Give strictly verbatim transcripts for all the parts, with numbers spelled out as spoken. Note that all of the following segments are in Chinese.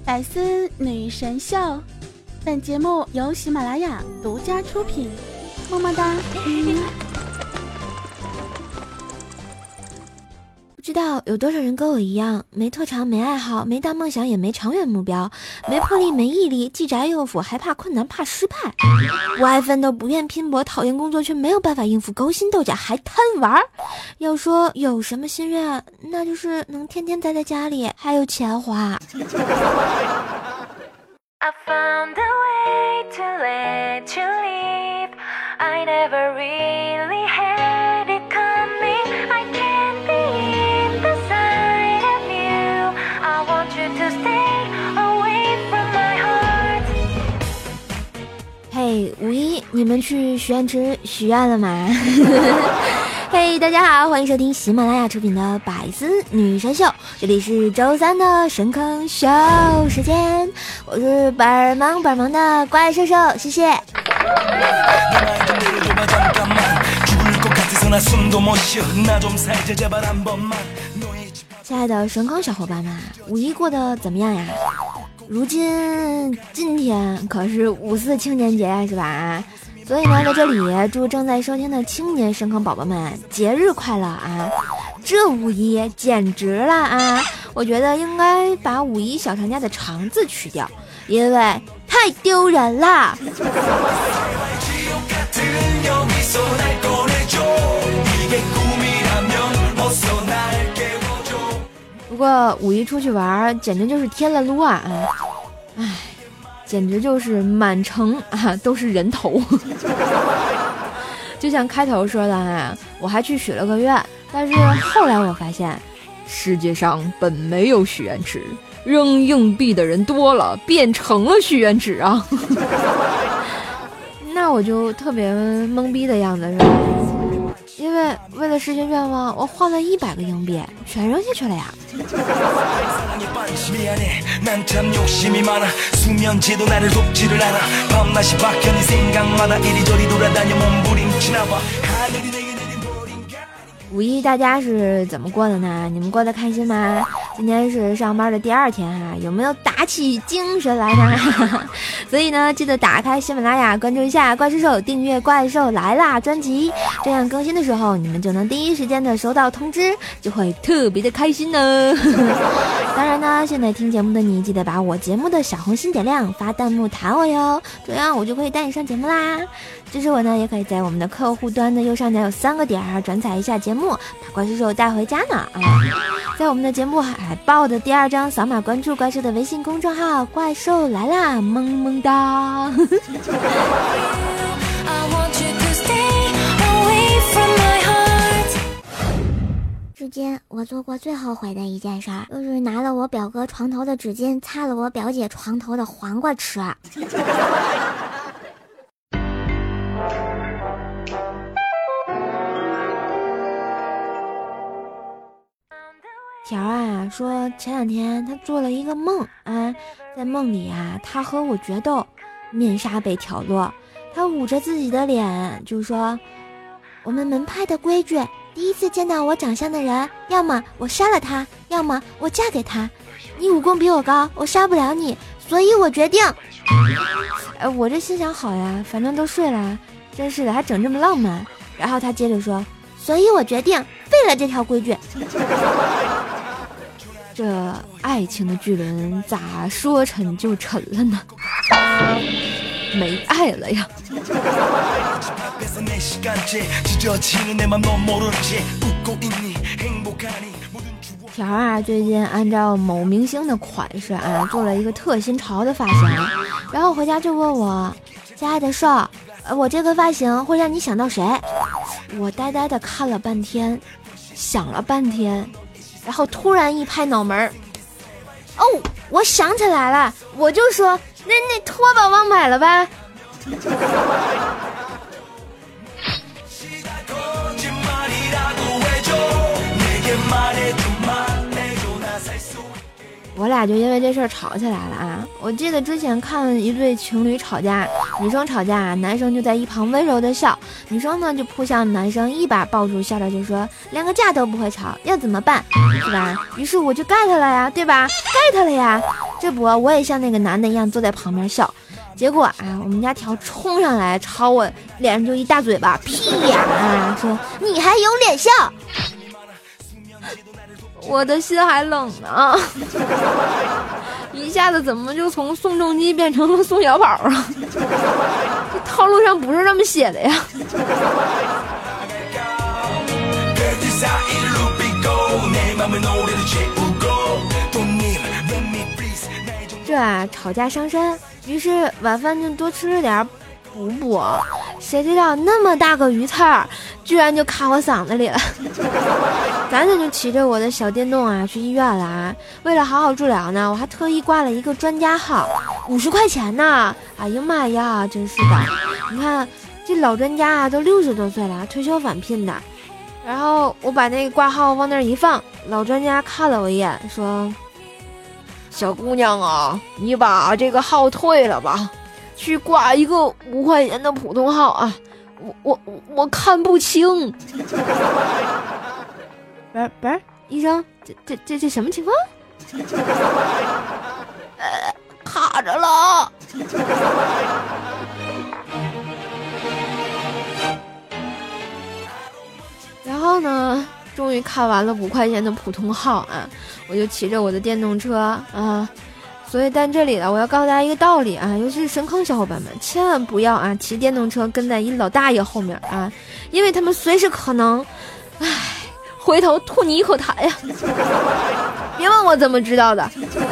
百思女神秀，本节目由喜马拉雅独家出品，么么哒。嗯不知道有多少人跟我一样，没特长没爱好没大梦想也没长远目标，没魄力没毅力，既宅又腐，还怕困难怕失败，不爱奋斗不愿拼搏，讨厌工作却没有办法应付，勾心斗角还贪玩。要说有什么心愿，那就是能天天待在家里还有钱花。I found a way to let you leave. I never really had it coming. I can't be in the side of you. I want you to stay away from my heart. 嘿，五一你们去许愿池许愿了吗？嘿、hey, 大家好，欢迎收听喜马拉雅出品的百思女神秀，这里是周三的神坑秀时间，我是本儿萌本儿萌的怪兽兽，谢谢。亲爱的神坑小伙伴们，五一过得怎么样呀？如今今天可是五四青年节是吧？所以呢，在这里祝正在收听的青年神坑宝宝们节日快乐啊！这五一简直了啊！我觉得应该把五一小长假的长字去掉，因为太丢人了。不过五一出去玩简直就是添了撸啊！唉。简直就是满城啊都是人头。就像开头说的啊，我还去许了个愿，但是后来我发现世界上本没有许愿池，扔硬币的人多了，变成了许愿池啊。那我就特别懵逼的样子是吧？因为为了实现愿望，我花了一百个硬币，全扔下去了呀。五一大家是怎么过的呢？你们过得开心吗？今天是上班的第二天哈、啊，有没有打起精神来呢？所以呢，记得打开喜马拉雅，关注一下怪兽兽，订阅怪兽来啦专辑，这样更新的时候你们就能第一时间的收到通知，就会特别的开心呢。当然呢，现在听节目的你记得把我节目的小红心点亮，发弹幕弹我哟，这样我就可以带你上节目啦。支持我呢，也可以在我们的客户端的右上角有三个点儿转载一下节目，把怪兽兽带回家呢啊！在我们的节目海报的第二张，扫码关注怪兽的微信公众号，怪兽来啦，萌萌哒。至今我做过最后悔的一件事儿，就是拿了我表哥床头的纸巾擦了我表姐床头的黄瓜吃。条啊说前两天他做了一个梦啊，在梦里啊他和我决斗，面纱被挑落，他捂着自己的脸就说，我们门派的规矩，第一次见到我长相的人，要么我杀了他，要么我嫁给他，你武功比我高，我杀不了你，所以我决定。呃，我这心想好呀，反正都睡了，真是的还整这么浪漫。然后他接着说，所以我决定废了这条规矩。这爱情的巨轮咋说沉就沉了呢？没爱了呀。条啊最近按照某明星的款式啊做了一个特新潮的发型，然后回家就问我，亲爱的少，呃，我这个发型会让你想到谁？我呆呆的看了半天，想了半天，然后突然一拍脑门，哦，我想起来了，我就说那那拖把忘买了吧。 我俩就因为这事儿吵起来了啊！我记得之前看一对情侣吵架，女生吵架，男生就在一旁温柔的笑，女生呢就扑向男生，一把抱住，笑着就说：“连个架都不会吵，要怎么办？是吧？”于是我就盖他了呀，对吧？盖他了呀！这不，我也像那个男的一样坐在旁边笑。结果啊，我们家条冲上来朝我脸上就一大嘴巴，屁呀！啊，说你还有脸笑？我的心还冷呢，一下子怎么就从宋仲基变成了宋小宝啊？这套路上不是这么写的呀。这啊，吵架伤身，于是晚饭就多吃了点补补。谁知道那么大个鱼刺儿，居然就卡我嗓子里了。赶紧就骑着我的小电动啊去医院了啊！为了好好治疗呢，我还特意挂了一个专家号，五十块钱呢！哎呀妈呀，真是的！你看这老专家啊，都六十多岁了，退休返聘的。然后我把那个挂号往那儿一放，老专家看了我一眼，说：“小姑娘啊，你把这个号退了吧，去挂一个五块钱的普通号啊！我我我看不清。”不是不是，医生，这这这这什么情况？呃，卡着了。然后呢，终于看完了五块钱的普通号啊，我就骑着我的电动车啊。所以在这里呢，我要告诉大家一个道理啊，尤其是深坑小伙伴们，千万不要啊骑电动车跟在一老大爷后面啊，因为他们随时可能，唉。回头吐你一口痰呀！别问我怎么知道的。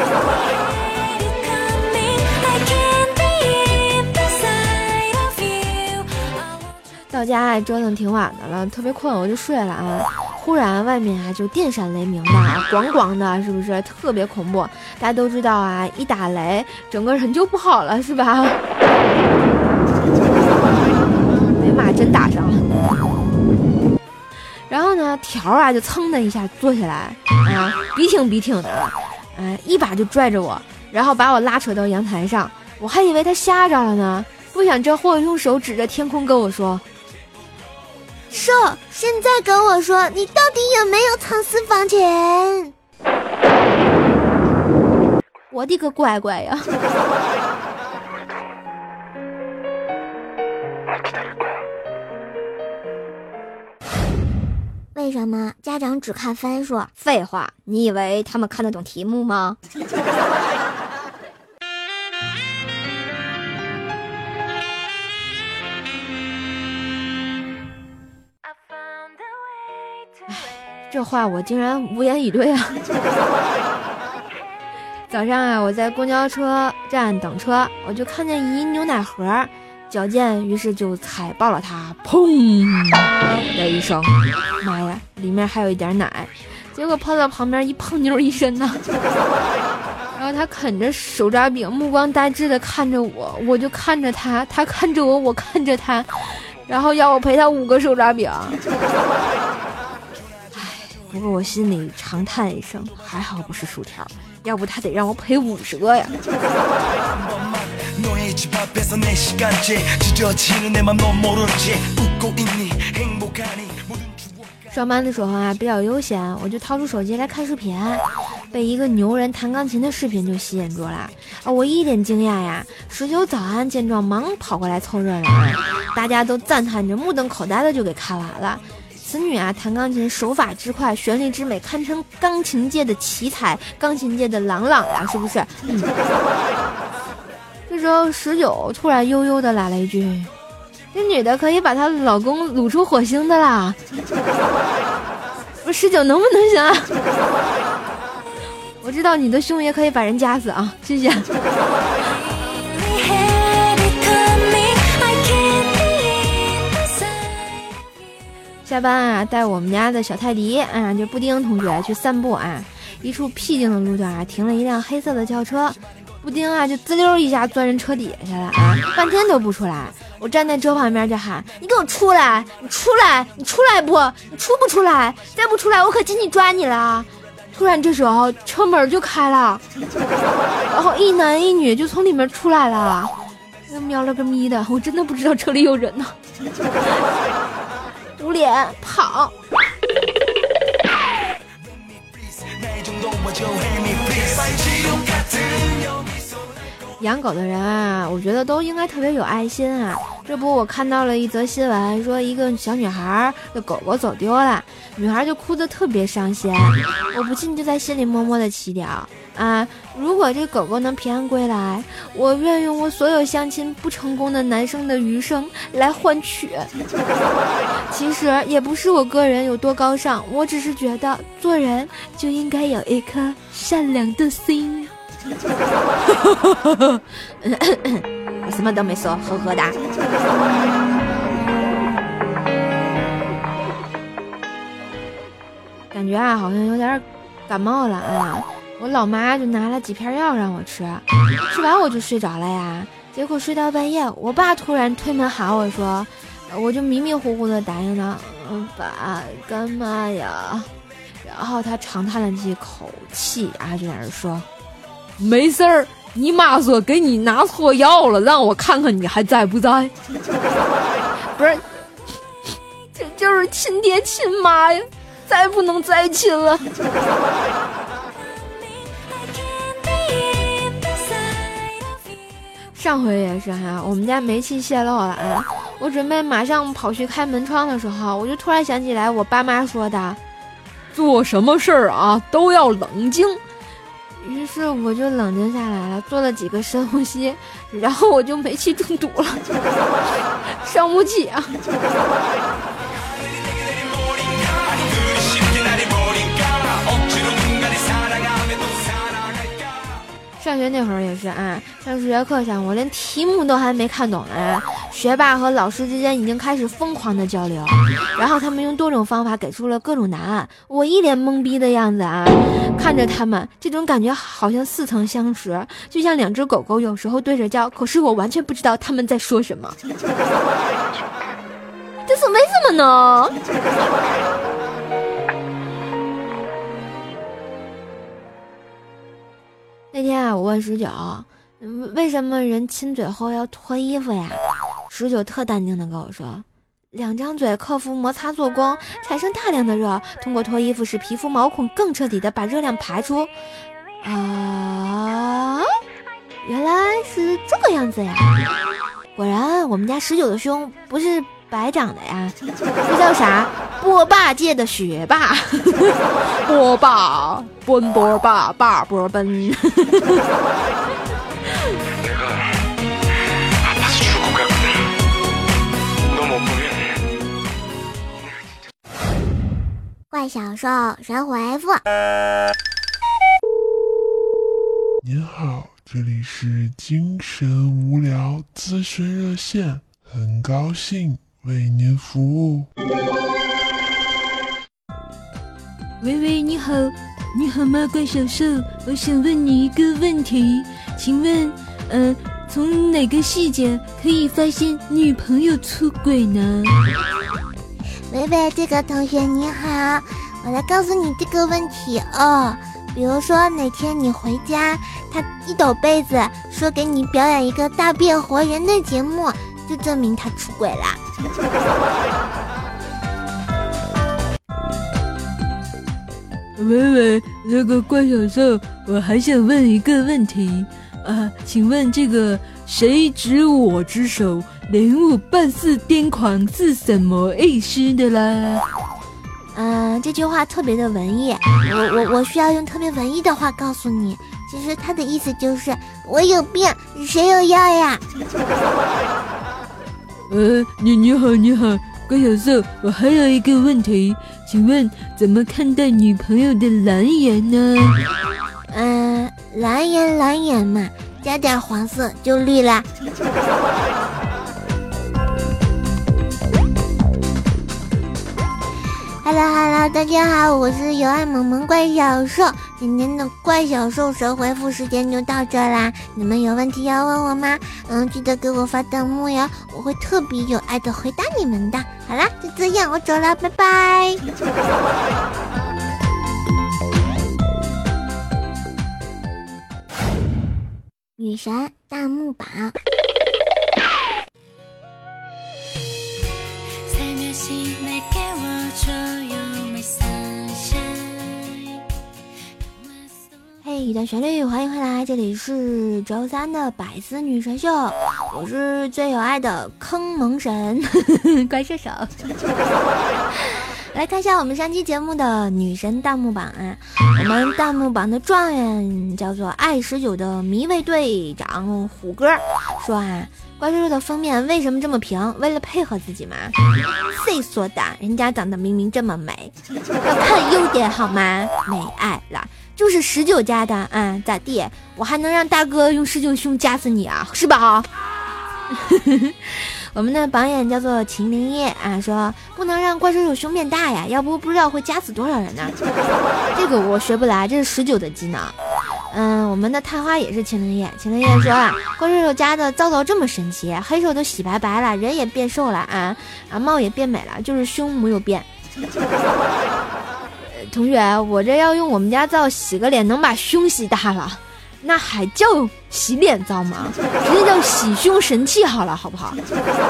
到家折腾挺晚的了，特别困，我就睡了啊。忽然外面啊就电闪雷鸣的，咣咣的，是不是特别恐怖？大家都知道啊，一打雷整个人就不好了，是吧？哎呀妈，真打上了。然后呢，条啊就噌的一下坐起来啊，笔挺笔挺的，哎、啊，一把就拽着我，然后把我拉扯到阳台上。我还以为他吓着了呢，不想这货用手指着天空跟我说：“ 瘦，现在跟我说，你到底有没有藏私房钱？” 我的个乖乖呀！ 为什么家长只看分数？ 废话，你以为他们看得懂题目吗？ 这话我竟然无言以对啊！早上啊，我在公交车站等车，我就看见一牛奶盒，脚贱，于是就踩爆了它，砰的一声，妈呀，里面还有一点奶，结果喷到旁边一胖妞一身呢。然后他啃着手抓饼，目光呆滞的看着我，我就看着他，他看着我，我看着他，然后要我赔他五个手抓饼。唉，不过我心里长叹一声，还好不是薯条，要不他得让我赔五十个呀。上班的时候啊，比较悠闲，我就掏出手机来看视频，被一个牛人弹钢琴的视频就吸引住了啊！我一脸惊讶呀，十九早安见状忙跑过来凑热闹啊，大家都赞叹着，目瞪口呆的就给看完了。此女啊，弹钢琴手法之快，旋律之美，堪称钢琴界的奇才，钢琴界的郎朗呀，是不是？嗯。这时候十九突然悠悠的来了一句：“这女的可以把她老公掳出火星的啦！”不是十九能不能行啊？我知道你的胸也可以把人夹死啊，谢谢。下班啊，带我们家的小泰迪啊，就布丁同学去散步啊。一处僻静的路段啊，停了一辆黑色的轿车，布丁啊就滋溜一下钻人车底下了啊，半天都不出来。我站在车旁边就喊：“你给我出来！你出来！你出来不？你出不出来？再不出来，我可进去抓你了！” 突然这时候车门就开了，然后一男一女就从里面出来了，瞄了个咪的，我真的不知道车里有人呢。捂脸跑。养狗的人啊，我觉得都应该特别有爱心啊。这不，我看到了一则新闻，说一个小女孩的狗狗走丢了，女孩就哭得特别伤心，我不禁就在心里默默的祈祷啊，如果这狗狗能平安归来，我愿用我所有相亲不成功的男生的余生来换取。其实也不是我个人有多高尚，我只是觉得做人就应该有一颗善良的心。我什么都没说，呵呵哒。感觉啊，好像有点感冒了啊。我老妈就拿了几片药让我吃，吃完我就睡着了呀。结果睡到半夜，我爸突然推门喊我说，我就迷迷糊糊的答应了，嗯，爸，干嘛呀？然后他长叹了几口气啊，就在那说，没事儿，你妈说给你拿错药了，让我看看你还在不在。不是，这就是亲爹亲妈呀，再不能再亲了。上回也是哈，我们家煤气泄漏了啊，我准备马上跑去开门窗的时候，我就突然想起来我爸妈说的，做什么事儿啊都要冷静。于是我就冷静下来了，做了几个深呼吸，然后我就煤气中毒了，伤不起啊。上学那会儿也是啊，上数学课上我连题目都还没看懂呢，学霸和老师之间已经开始疯狂的交流，然后他们用多种方法给出了各种答案，我一脸懵逼的样子啊，看着他们，这种感觉好像似曾相识，就像两只狗狗有时候对着叫，可是我完全不知道他们在说什么。这是为什么呢？那天啊，我问十九，为什么人亲嘴后要脱衣服呀？十九特淡定的跟我说，两张嘴克服摩擦做功，产生大量的热，通过脱衣服使皮肤毛孔更彻底的把热量排出。啊，原来是这个样子呀！果然，我们家十九的胸不是白长的呀，这叫啥？波霸界的学霸，波霸，奔波霸，霸波奔。 怪小兽神回复。 您好，这里是精神无聊咨询热线，很高兴为您服务。 喂喂，你好，你好吗，怪小兽？我想问你一个问题，请问，呃，从哪个细节可以发现女朋友出轨呢？ 喂喂，这个同学你好，我来告诉你这个问题哦。比如说哪天你回家，他一抖被子说给你表演一个大变活人的节目，就证明他出轨啦。 喂喂，那个怪小兽，我还想问一个问题啊，请问这个谁执我之手，令我半似癫狂是什么意思的啦？ 嗯、呃，这句话特别的文艺，我我我需要用特别文艺的话告诉你，其实他的意思就是我有病，谁有药呀？ 呃，你你好你好，怪小兽，我还有一个问题，请问怎么看待女朋友的蓝颜呢？ 嗯、呃，蓝颜蓝颜嘛，加点黄色就绿啦。Hello Hello， 大家好，我是有爱萌萌怪小兽。今天的怪小兽神回复时间就到这啦，你们有问题要问我吗？嗯，记得给我发弹幕呀，我会特别有爱的回答你们的。好啦，就这样，我走了，拜拜。 女神弹幕榜。嘿，一段旋律，欢迎回来，这里是周三的百思女神秀，我是最有爱的坑萌神怪射手。来看一下我们上期节目的女神弹幕榜啊，我们弹幕榜的状元叫做爱十九的迷味队长虎哥说啊，怪兽兽的封面为什么这么平？为了配合自己嘛？谁说的？人家长得明明这么美，要看优点好吗？没爱了，就是十九加的啊，咋地？我还能让大哥用十九胸夹死你啊？是吧？我们的榜眼叫做秦灵叶啊，说不能让怪兽兽胸变大呀，要不不知道会夹死多少人呢。这个我学不来，这是十九的技能。嗯，我们的探花也是秦灵叶，秦灵叶说啊，怪兽兽家的皂皂这么神奇，黑手都洗白白了，人也变瘦了啊，啊帽也变美了，就是胸没有变。同学，我这要用我们家皂洗个脸，能把胸洗大了。那还叫洗脸皂吗？直接叫洗胸神器好了，好不好？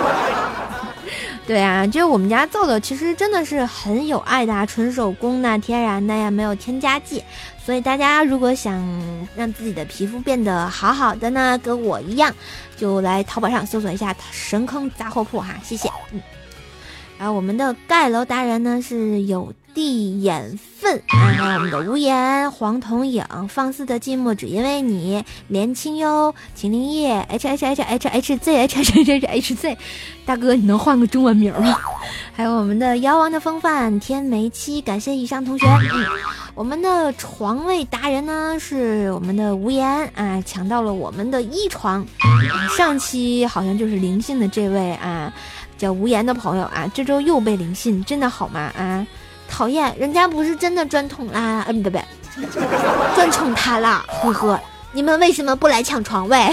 对啊，就是我们家皂的其实真的是很有爱的，纯手工的，天然的呀，没有添加剂。所以大家如果想让自己的皮肤变得好好的呢，跟我一样，就来淘宝上搜索一下神坑杂货铺哈，谢谢。嗯，然后我们的盖楼达人呢是有地眼粪啊，还有我们的无言黄铜影放肆的寂寞只因为你连清幽秦灵叶 H H H H H Z H H H H Z， 大哥你能换个中文名吗？还有我们的妖王的风范天梅七，感谢以上同学。嗯，我们的床位达人呢是我们的无言啊，抢到了我们的一床。上期好像就是灵性的这位啊叫无言的朋友啊，这周又被灵性，真的好吗啊？讨厌，人家不是真的专宠啦，嗯，不对不对，专宠他啦，呵呵，你们为什么不来抢床位？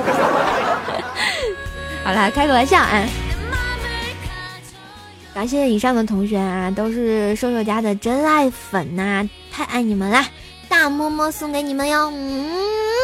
好了，开个玩笑啊。感谢以上的同学啊，都是瘦瘦家的真爱粉呐、啊，太爱你们啦，大么么送给你们哟，嗯。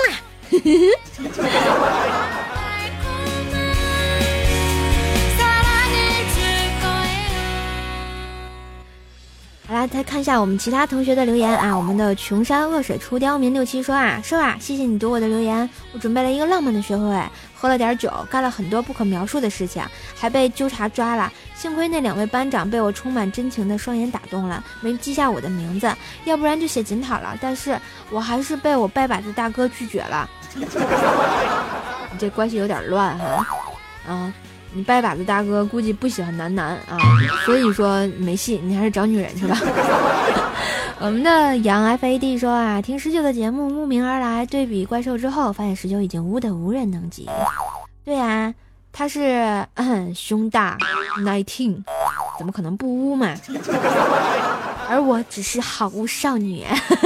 好啦，再看一下我们其他同学的留言啊。我们的穷山恶水出刁民六七说啊，说啊，谢谢你读我的留言，我准备了一个浪漫的学会，喝了点酒，干了很多不可描述的事情，还被纠察抓了。幸亏那两位班长被我充满真情的双眼打动了，没记下我的名字，要不然就写检讨了。但是我还是被我拜把子大哥拒绝了。你这关系有点乱哈，啊。你拜把子大哥估计不喜欢男男啊，所以说没戏，你还是找女人去吧。我们的杨 F A D 说啊，听十九的节目慕名而来，对比怪兽之后，发现十九已经污的无人能及。对啊，他是嗯胸大 nineteen， 怎么可能不污嘛？而我只是好污少女。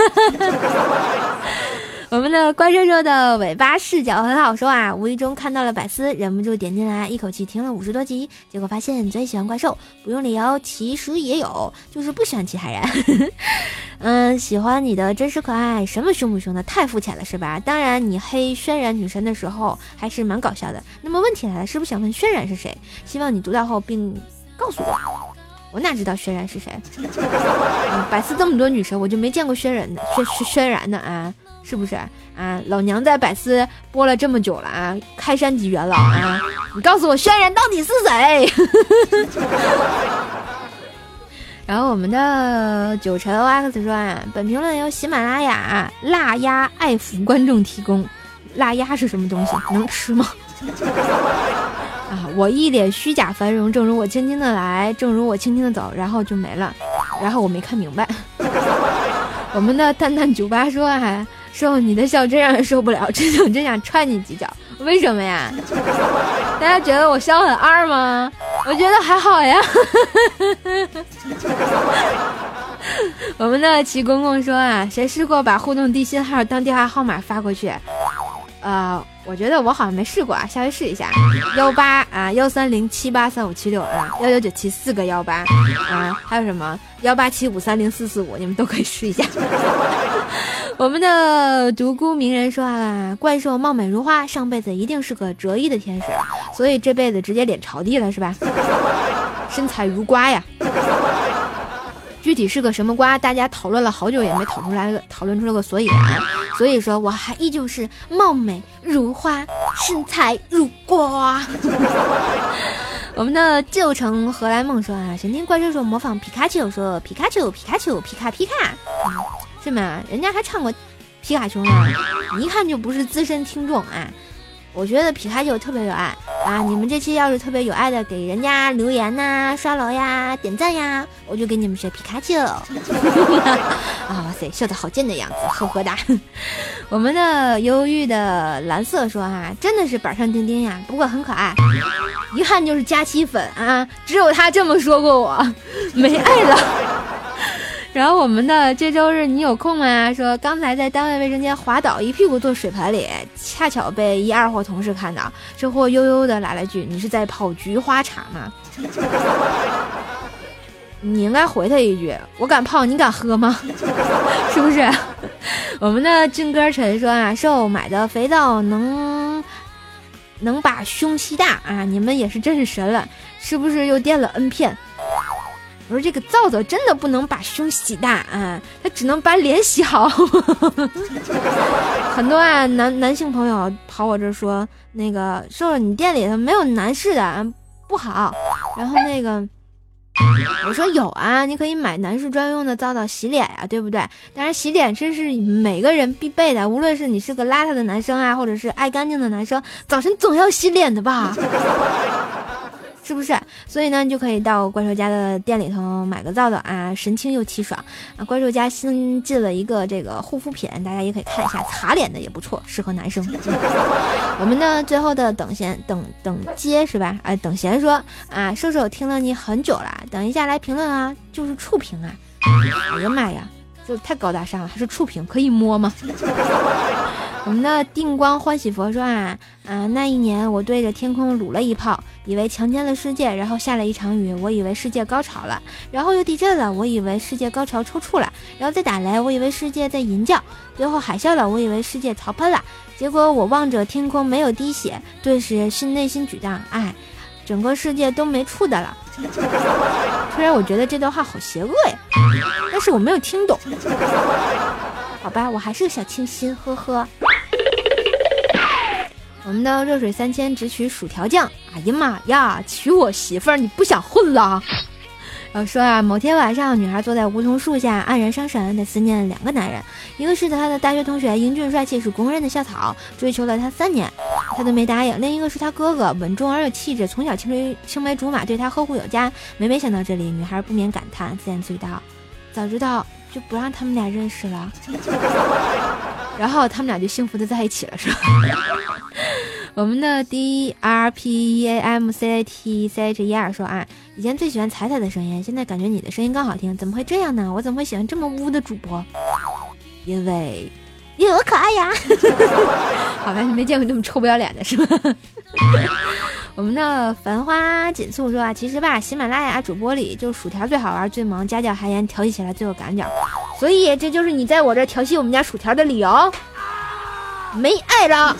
我们的怪兽兽的尾巴视角很好说啊，无意中看到了百思，忍不住点进来，一口气听了五十多集，结果发现最喜欢怪兽，不用理由，其实也有，就是不喜欢其他人。嗯，喜欢你的真实可爱，什么凶不凶的，太肤浅了是吧？当然，你黑渲染女神的时候还是蛮搞笑的。那么问题来了，是不是想问渲染是谁？希望你读到后并告诉我。我哪知道渲染是谁？嗯、百思这么多女神，我就没见过渲染的渲渲染的啊。是不是啊？老娘在百思播了这么久了啊，开山级元老啊！你告诉我渲染到底是谁？然后我们的九晨 O X 说啊，本评论由喜马拉雅辣鸭爱抚观众提供。辣鸭是什么东西？能吃吗？啊！我一脸虚假繁荣，正如我轻轻的来，正如我轻轻的走，然后就没了，然后我没看明白。我们的蛋蛋九八说啊，说你的笑真让人受不了，真想真想踹你几脚。为什么呀？大家觉得我笑很二吗？我觉得还好呀。我们的齐公公说啊，谁试过把互动地信号当电话号码发过去？呃，我觉得我好像没试过啊，下回试一下。幺八啊，幺三零七八三五七六啊，幺九九七四个幺八啊，还有什么幺八七五三零四四五，你们都可以试一下。我我们的独孤名人说啊，怪兽貌美如花，上辈子一定是个折翼的天使，所以这辈子直接脸朝地了是吧？身材如瓜呀。具体是个什么瓜，大家讨论了好久也没讨出来，讨论出了个所以然。所以说我还依旧是貌美如花，身材如瓜。我们的旧城荷兰梦说啊，神经怪兽手模仿皮卡丘说皮卡丘皮卡丘皮卡皮卡，嗯、是吗？人家还唱过皮卡丘呢，你一看就不是资深听众啊。我觉得皮卡丘特别有爱啊！你们这期要是特别有爱的给人家留言呐、啊、刷楼呀、点赞呀，我就给你们学皮卡丘。啊哇塞，笑得好贱的样子，呵呵哒。我们的忧郁的蓝色说啊，真的是板上钉钉呀，不过很可爱。遗憾就是佳期粉啊，只有他这么说过我，没爱了。然后我们的这周日你有空吗？说刚才在单位卫生间滑倒，一屁股坐水盆里，恰巧被一二货同事看到，这货悠悠的来了句：“你是在泡菊花茶吗？”你应该回他一句：“我敢泡，你敢喝吗？”是不是？我们的俊哥陈说啊，瘦买的肥皂能能把胸吸大啊！你们也是真是神了，是不是又垫了 N 片？我说这个皂皂真的不能把胸洗大啊，它只能把脸洗好。很多啊男男性朋友跑我这说，那个瘦你店里头没有男士的不好，然后那个我说有啊，你可以买男士专用的皂皂洗脸呀、啊，对不对？当然洗脸这是每个人必备的，无论是你是个邋遢的男生啊，或者是爱干净的男生，早晨总要洗脸的吧。是不是？所以呢，你就可以到怪兽家的店里头买个皂皂啊，神清又气爽啊！怪兽家新进了一个这个护肤品，大家也可以看一下，擦脸的也不错，适合男生。我们的最后的等闲等等接是吧？哎，等闲说啊，瘦瘦听了你很久了，等一下来评论啊，就是触屏啊！哎呀妈呀，就太高大上了，还是触屏可以摸吗？我们的定光欢喜佛说啊啊，那一年我对着天空撸了一炮，以为强奸了世界，然后下了一场雨，我以为世界高潮了，然后又地震了，我以为世界高潮抽搐了，然后再打雷，我以为世界在吟叫，最后海啸了，我以为世界潮喷了，结果我望着天空没有滴血，顿时心内心沮丧，哎，整个世界都没处的了。突然我觉得这段话好邪恶呀，但是我没有听懂。好吧，我还是个小清新，呵呵。我们的热水三千只取薯条酱，哎呀妈呀，娶我媳妇儿你不想混了？然后说啊，某天晚上，女孩坐在梧桐树下，黯然伤神的思念两个男人，一个是她的大学同学，英俊帅气，是公认的校草，追求了她三年，她都没答应；另一个是她哥哥，稳重而有气质，从小青梅青梅竹马，对她呵护有加。每每想到这里，女孩不免感叹，自言自语道：早知道就不让他们俩认识了。然后他们俩就幸福的在一起了，是吧？我们的 D R P E A M C A T C H E R 说啊，以前最喜欢彩彩的声音，现在感觉你的声音更好听，怎么会这样呢？我怎么会喜欢这么污的主播？因为因为我可爱呀。好吧，你没见过这么臭不要脸的是吧？我们的繁花锦簇说啊，其实吧，喜马拉雅主播里就薯条最好玩、最萌，家教还严，调戏起来最有感觉，所以这就是你在我这调戏我们家薯条的理由。没爱了。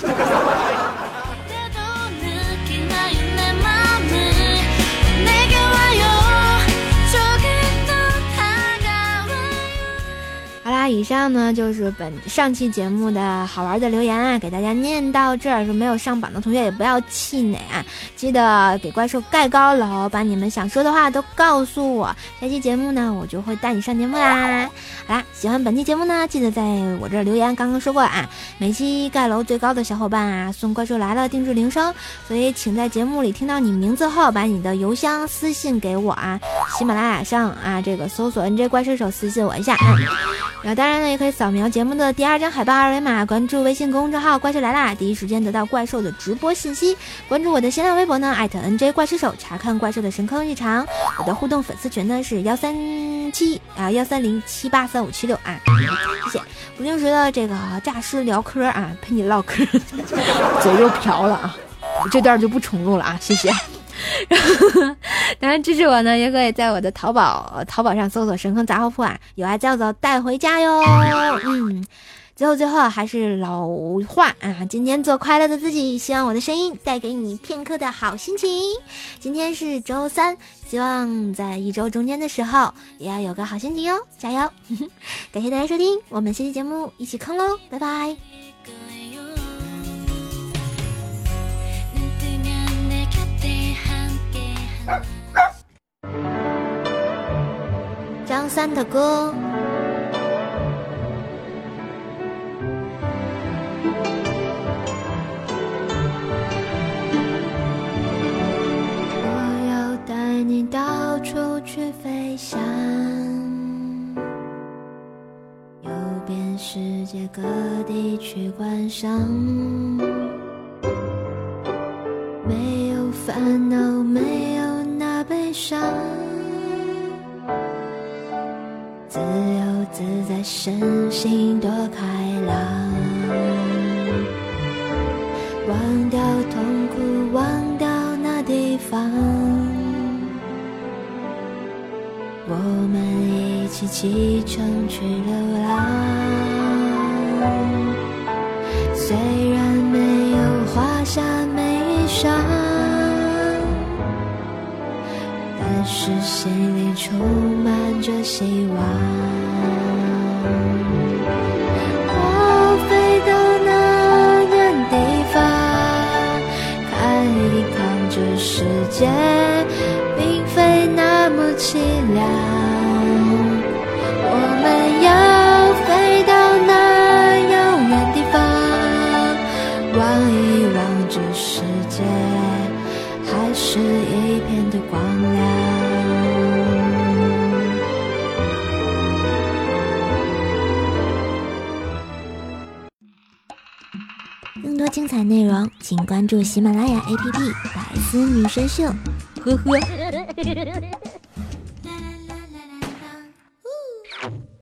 好啦，以上呢就是本上期节目的好玩的留言啊，给大家念到这儿，说没有上榜的同学也不要气馁啊，记得给怪兽盖高楼，把你们想说的话都告诉我，下期节目呢我就会带你上节目啦。好啦，喜欢本期节目呢，记得在我这留言，刚刚说过啊，每期盖楼最高的小伙伴啊送怪兽来了定制铃声，所以请在节目里听到你名字后，把你的邮箱私信给我啊，喜马拉雅上啊这个搜索 N J 怪兽手私信我一下啊。然后当然呢，也可以扫描节目的第二张海报二维码，关注微信公众号怪兽来啦，第一时间得到怪兽的直播信息。关注我的新浪微博呢，艾特 N J 怪兽手，查看怪兽的神坑日常。我的互动粉丝群呢是幺三七啊幺三零七八三五七六啊，谢谢。不定时的这个诈尸聊嗑啊，陪你唠嗑，嘴又瓢了啊，这段就不重录了啊，谢谢。当然支持我呢，也可以在我的淘宝淘宝上搜索神坑杂货铺啊，有爱叫做带回家哟。嗯，最最后最后还是老话啊，今天做快乐的自己，希望我的声音带给你片刻的好心情。今天是周三，希望在一周中间的时候也要有个好心情哟，加油！感谢大家收听，我们下期节目一起坑喽，拜拜。张三的歌。我要带你到处去飞翔，游遍世界各地去观赏，没有烦恼，没有那悲伤，自由自在，身心多开朗，忘掉痛苦，忘掉那地方，我们一起启程去流浪。虽然没有华厦美衣裳，但是心里充满着希望。我飞到那远地方，看一看这世界并非那么凄凉。我们要飞到那遥远地方，望一望这世界还是一片的光亮。更多精彩内容请关注喜马拉雅 A P P 百思女神秀。呵呵。